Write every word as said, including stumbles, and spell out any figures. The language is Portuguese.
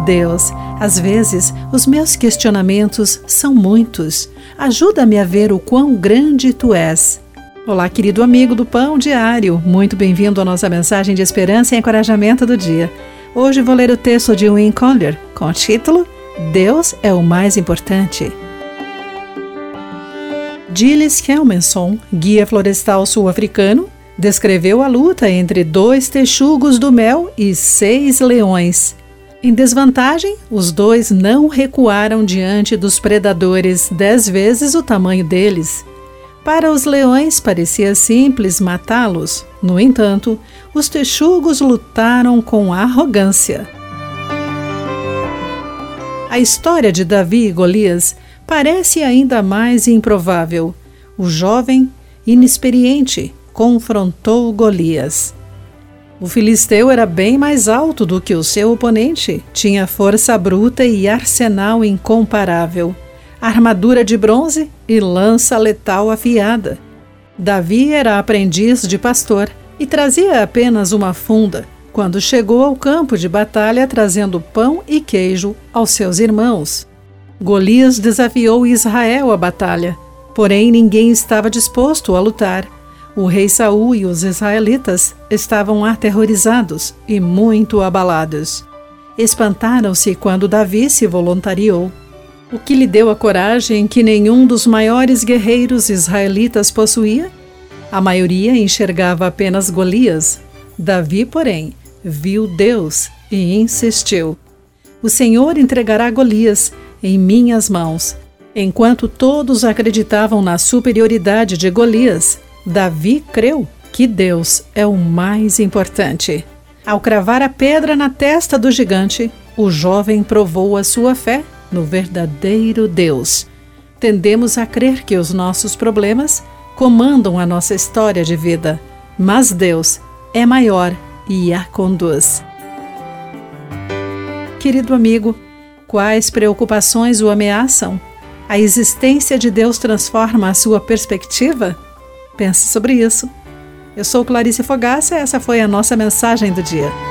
Deus, às vezes os meus questionamentos são muitos. Ajuda-me a ver o quão grande Tu és. Olá, querido amigo do Pão Diário. Muito bem-vindo à nossa mensagem de esperança e encorajamento do dia. Hoje vou ler o texto de Win Collier com o título Deus é o mais importante. Gilles Kelmenson, guia florestal sul-africano, descreveu a luta entre dois texugos do mel e seis leões. Em desvantagem, os dois não recuaram diante dos predadores dez vezes o tamanho deles. Para os leões parecia simples matá-los. No entanto, os texugos lutaram com arrogância. A história de Davi e Golias parece ainda mais improvável. O jovem, inexperiente, confrontou Golias. O filisteu era bem mais alto do que o seu oponente, tinha força bruta e arsenal incomparável, armadura de bronze e lança letal afiada. Davi era aprendiz de pastor e trazia apenas uma funda, quando chegou ao campo de batalha trazendo pão e queijo aos seus irmãos. Golias desafiou Israel à batalha, porém ninguém estava disposto a lutar. O rei Saul e os israelitas estavam aterrorizados e muito abalados. Espantaram-se quando Davi se voluntariou. O que lhe deu a coragem que nenhum dos maiores guerreiros israelitas possuía? A maioria enxergava apenas Golias. Davi, porém, viu Deus e insistiu. O Senhor entregará Golias em minhas mãos. Enquanto todos acreditavam na superioridade de Golias, Davi creu que Deus é o mais importante. Ao cravar a pedra na testa do gigante, o jovem provou a sua fé no verdadeiro Deus. Tendemos a crer que os nossos problemas comandam a nossa história de vida, mas Deus é maior e a conduz. Querido amigo, quais preocupações o ameaçam? A existência de Deus transforma a sua perspectiva? Pense sobre isso. Eu sou Clarice Fogaça e essa foi a nossa mensagem do dia.